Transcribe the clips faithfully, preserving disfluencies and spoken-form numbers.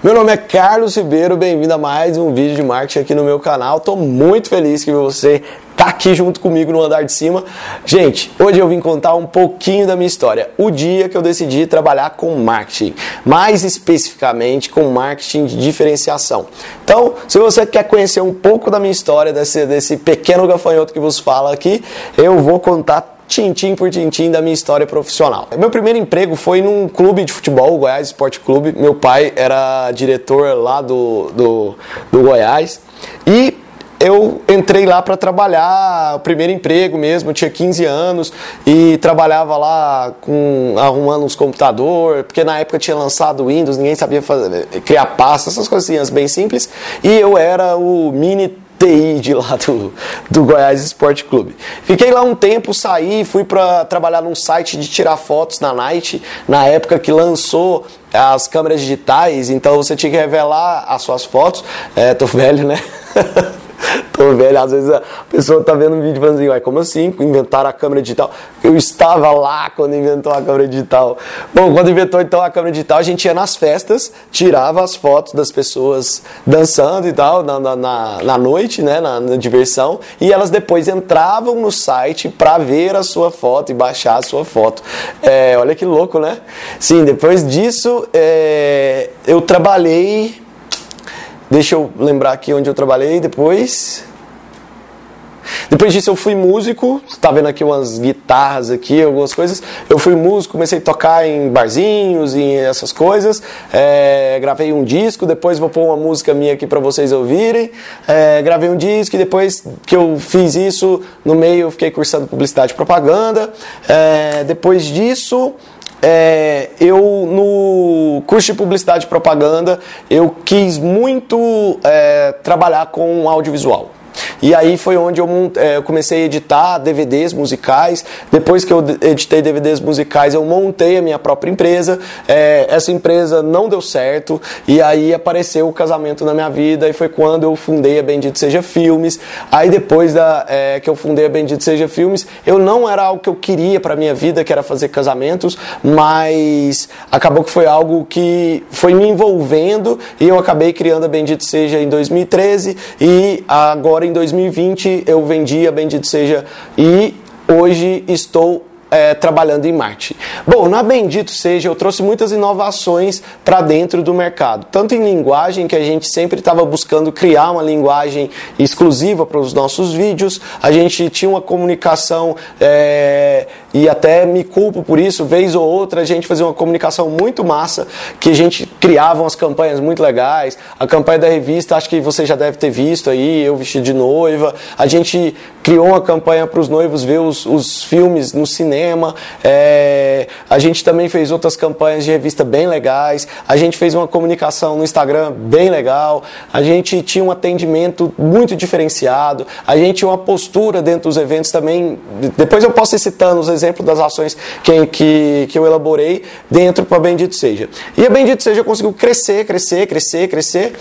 Meu nome é Carlos Ribeiro, bem-vindo a mais um vídeo de marketing aqui no meu canal. Estou muito feliz que você está aqui junto comigo no andar de cima. Gente, hoje eu vim contar um pouquinho da minha história. O dia que eu decidi trabalhar com marketing, mais especificamente com marketing de diferenciação. Então, se você quer conhecer um pouco da minha história, desse, desse pequeno gafanhoto que vos fala aqui, eu vou contar tintim por tintim da minha história profissional. Meu primeiro emprego foi num clube de futebol, o Goiás Esporte Clube. Meu pai era diretor lá do, do, do Goiás e eu entrei lá para trabalhar, o primeiro emprego mesmo, tinha quinze anos e trabalhava lá com, arrumando uns computadores, porque na época tinha lançado o Windows, ninguém sabia fazer, criar pastas, essas coisinhas bem simples, e eu era o mini T I de lá do, do Goiás Esporte Clube. Fiquei lá um tempo, saí, fui para trabalhar num site de tirar fotos na Night, na época que lançou as câmeras digitais, então você tinha que revelar as suas fotos. É, tô velho, né? Tô velho, às vezes a pessoa tá vendo um vídeo e falando assim, uai, como assim? Inventaram a câmera digital? Eu estava lá quando inventou a câmera digital. Bom, quando inventou então a câmera digital, a gente ia nas festas, tirava as fotos das pessoas dançando e tal, na, na, na noite, né, na, na diversão, e elas depois entravam no site para ver a sua foto e baixar a sua foto. É, olha que louco, né? Sim, depois disso, é, eu trabalhei... Deixa eu lembrar aqui onde eu trabalhei depois. Depois disso eu fui músico. Você tá vendo aqui umas guitarras aqui, algumas coisas. Eu fui músico, comecei a tocar em barzinhos e essas coisas. É, gravei um disco, depois vou pôr uma música minha aqui para vocês ouvirem. É, gravei um disco e depois que eu fiz isso, no meio eu fiquei cursando publicidade e propaganda. É, depois disso... É, eu no curso de publicidade e propaganda eu quis muito é, trabalhar com audiovisual. E aí foi onde eu, é, eu comecei a editar D V Ds musicais. Depois que eu editei D V Ds musicais, eu montei a minha própria empresa. É, essa empresa não deu certo e aí apareceu o casamento na minha vida e foi quando eu fundei a Bendito Seja Filmes. Aí depois da, é, que eu fundei a Bendito Seja Filmes, eu não era algo que eu queria para minha vida, que era fazer casamentos, mas acabou que foi algo que foi me envolvendo e eu acabei criando a Bendito Seja em dois mil e treze e agora em dois mil e vinte eu vendi a Bendito Seja e hoje estou é, trabalhando em marketing. Bom, na Bendito Seja eu trouxe muitas inovações para dentro do mercado, tanto em linguagem, que a gente sempre estava buscando criar uma linguagem exclusiva para os nossos vídeos, a gente tinha uma comunicação é, e até me culpo por isso, vez ou outra a gente fazia uma comunicação muito massa, que a gente criava umas campanhas muito legais, a campanha da revista, acho que você já deve ter visto aí, eu vestido de noiva, a gente criou uma campanha para os noivos ver os, os filmes no cinema, é, a gente também fez outras campanhas de revista bem legais, a gente fez uma comunicação no Instagram bem legal, a gente tinha um atendimento muito diferenciado, a gente tinha uma postura dentro dos eventos também, depois eu posso ir citando os exemplo das ações que, que, que eu elaborei dentro para a Bendito Seja. E a Bendito Seja conseguiu crescer, crescer, crescer, crescer.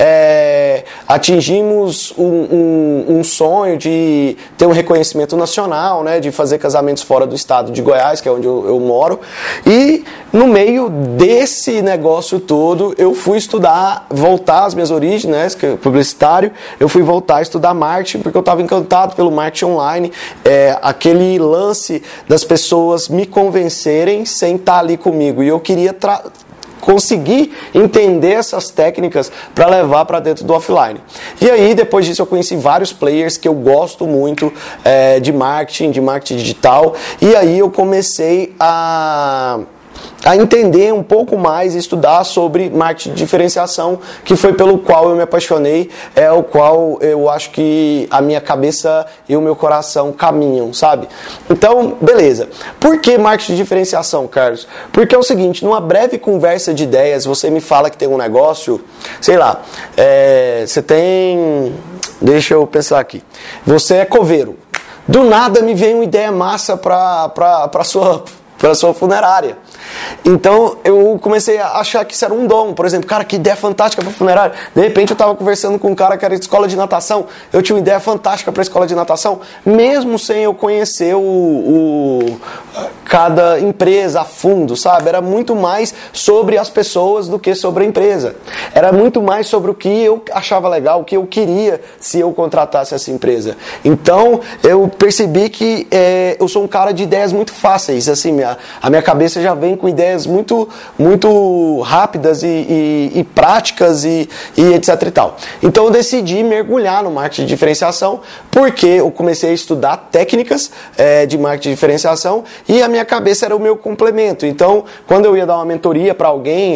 É, atingimos um, um, um sonho de ter um reconhecimento nacional, né, de fazer casamentos fora do estado de Goiás, que é onde eu, eu moro. E no meio desse negócio todo, eu fui estudar, voltar às minhas origens, né, que é publicitário, eu fui voltar a estudar marketing, porque eu estava encantado pelo marketing online, é, aquele lance das pessoas me convencerem sem estar ali comigo. E eu queria conseguir entender essas técnicas para levar para dentro do offline. E aí, depois disso, eu conheci vários players que eu gosto muito é, de marketing, de marketing digital. E aí eu comecei a... a entender um pouco mais e estudar sobre marketing de diferenciação, que foi pelo qual eu me apaixonei, é o qual eu acho que a minha cabeça e o meu coração caminham, sabe? Então, beleza. Por que marketing de diferenciação, Carlos? Porque é o seguinte, numa breve conversa de ideias, você me fala que tem um negócio, sei lá, é, você tem... Deixa eu pensar aqui. Você é coveiro. Do nada me vem uma ideia massa para para sua para sua funerária. Então eu comecei a achar que isso era um dom. Por exemplo, cara, que ideia fantástica para funerária. De repente eu estava conversando com um cara que era de escola de natação. Eu tinha uma ideia fantástica para a escola de natação, mesmo sem eu conhecer o, o cada empresa a fundo, sabe? Era muito mais sobre as pessoas do que sobre a empresa. Era muito mais sobre o que eu achava legal, o que eu queria se eu contratasse essa empresa. Então, eu percebi que é, eu sou um cara de ideias muito fáceis, assim, minha, a minha cabeça já vem com ideias muito, muito rápidas e, e, e práticas e, e etc e tal. Então, eu decidi mergulhar no marketing de diferenciação, porque eu comecei a estudar técnicas é, de marketing de diferenciação e a minha cabeça era o meu complemento. Então, quando eu ia dar uma mentoria para alguém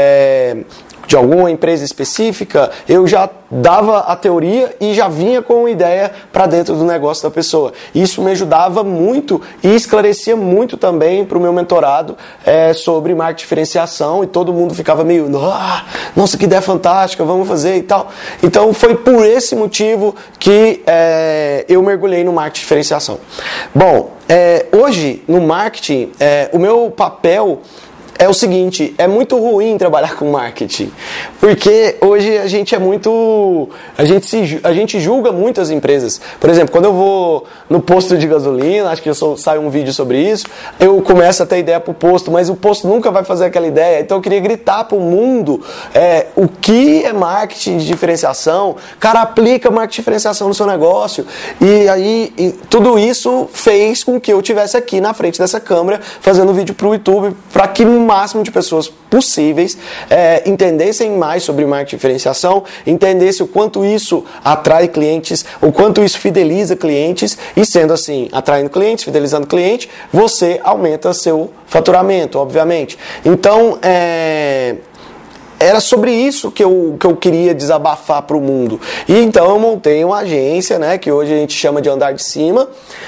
é, de alguma empresa específica, eu já dava a teoria e já vinha com uma ideia para dentro do negócio da pessoa. Isso me ajudava muito e esclarecia muito também para o meu mentorado é, sobre marketing de diferenciação, e todo mundo ficava meio, ah, nossa, que ideia fantástica, vamos fazer e tal. Então foi por esse motivo que é, eu mergulhei no marketing de diferenciação. Bom, é, hoje no marketing, é, o meu papel é o seguinte, é muito ruim trabalhar com marketing, porque hoje a gente é muito, a gente, se, a gente julga muito as empresas. Por exemplo, quando eu vou no posto de gasolina, acho que eu sou, sai um vídeo sobre isso, eu começo a ter ideia pro posto, mas o posto nunca vai fazer aquela ideia. Então eu queria gritar pro mundo é, o que é marketing de diferenciação. Cara, aplica marketing de diferenciação no seu negócio. E aí, e tudo isso fez com que eu estivesse aqui na frente dessa câmera, fazendo vídeo pro YouTube, para que o máximo de pessoas possíveis é, entendessem mais sobre marketing de diferenciação, entendessem o quanto isso atrai clientes, o quanto isso fideliza clientes, e sendo assim, atraindo clientes, fidelizando cliente, você aumenta seu faturamento, obviamente. Então, é... era sobre isso que eu, que eu queria desabafar para o mundo. E então eu montei uma agência, né, que hoje a gente chama de Andar de Cima,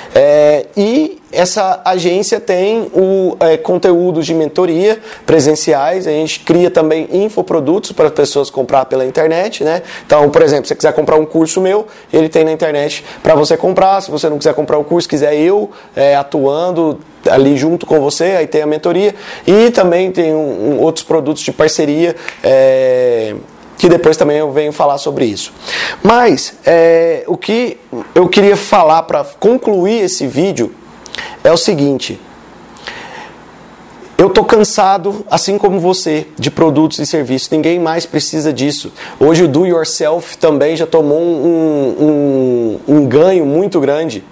é, e essa agência tem o é, conteúdos de mentoria presenciais. A gente cria também infoprodutos para as pessoas comprar pela internet, né? Então, por exemplo, se você quiser comprar um curso meu, ele tem na internet para você comprar. Se você não quiser comprar o curso, quiser eu é, atuando ali junto com você, aí tem a mentoria. E também tem um, um, outros produtos de parceria, é, que depois também eu venho falar sobre isso. Mas é, o que eu queria falar para concluir esse vídeo é o seguinte: eu tô cansado, assim como você, de produtos e serviços. Ninguém mais precisa disso. Hoje o do yourself também já tomou um, um, um ganho muito grande.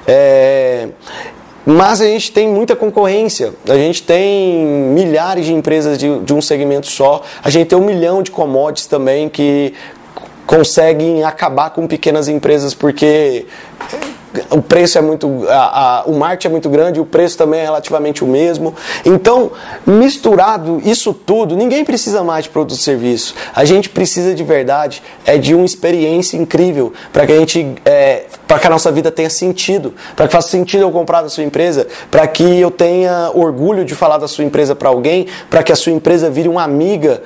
É... Mas a gente tem muita concorrência, a gente tem milhares de empresas de, de um segmento só, a gente tem um milhão de commodities também que conseguem acabar com pequenas empresas, porque o preço é muito, a, a, o marketing é muito grande e o preço também é relativamente o mesmo. Então, misturado isso tudo, ninguém precisa mais de produto e serviço. A gente precisa de verdade é de uma experiência incrível para que a gente, é, para que a nossa vida tenha sentido, para que faça sentido eu comprar da sua empresa, para que eu tenha orgulho de falar da sua empresa para alguém, para que a sua empresa vire uma amiga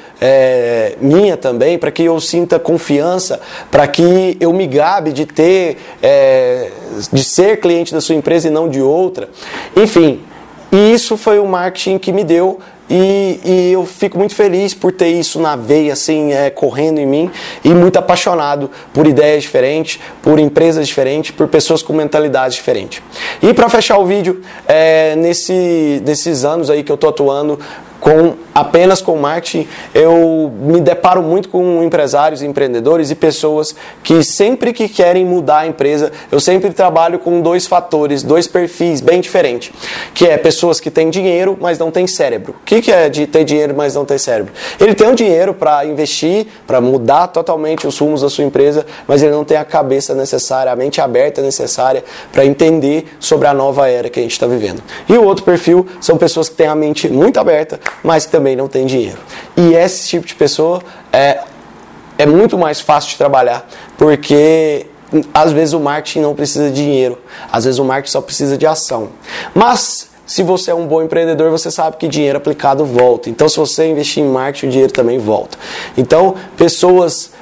é, minha também, para que eu sinta confiança, para que eu me gabe de ter é, de ser cliente da sua empresa e não de outra. Enfim, e isso foi o marketing que me deu, e, e eu fico muito feliz por ter isso na veia, assim, é, correndo em mim, e muito apaixonado por ideias diferentes, por empresas diferentes, por pessoas com mentalidades diferentes. E para fechar o vídeo, é, nesse, nesses anos aí que eu tô atuando com apenas com marketing, eu me deparo muito com empresários, empreendedores e pessoas que sempre que querem mudar a empresa, eu sempre trabalho com dois fatores, dois perfis bem diferentes, que é pessoas que têm dinheiro, mas não têm cérebro. O que é de ter dinheiro, mas não ter cérebro? Ele tem o dinheiro para investir, para mudar totalmente os rumos da sua empresa, mas ele não tem a cabeça necessária, a mente aberta necessária para entender sobre a nova era que a gente está vivendo. E o outro perfil são pessoas que têm a mente muito aberta, mas que também não tem dinheiro. E esse tipo de pessoa é, é muito mais fácil de trabalhar, porque às vezes o marketing não precisa de dinheiro, às vezes o marketing só precisa de ação. Mas se você é um bom empreendedor, você sabe que dinheiro aplicado volta. Então, se você investir em marketing, o dinheiro também volta. Então, pessoas,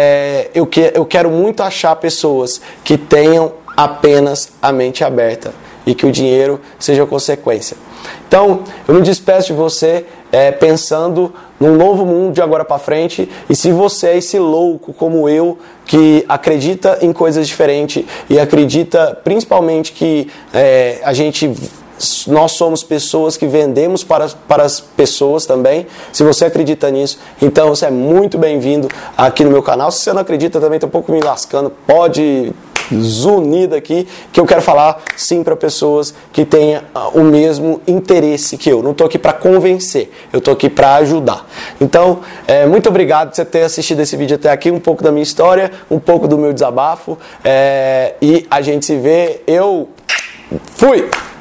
é, eu, que, eu quero muito achar pessoas que tenham apenas a mente aberta e que o dinheiro seja consequência. Então, eu me despeço de você é, pensando num novo mundo de agora para frente. E se você é esse louco como eu, que acredita em coisas diferentes e acredita principalmente que é, a gente nós somos pessoas que vendemos para, para as pessoas também. Se você acredita nisso, então você é muito bem-vindo aqui no meu canal. Se você não acredita, também estou um pouco me lascando, pode zunir daqui, que eu quero falar sim para pessoas que tenham o mesmo interesse que eu. Não estou aqui para convencer, eu estou aqui para ajudar. Então, é, muito obrigado por você ter assistido esse vídeo até aqui, um pouco da minha história, um pouco do meu desabafo, é, e a gente se vê. Eu fui!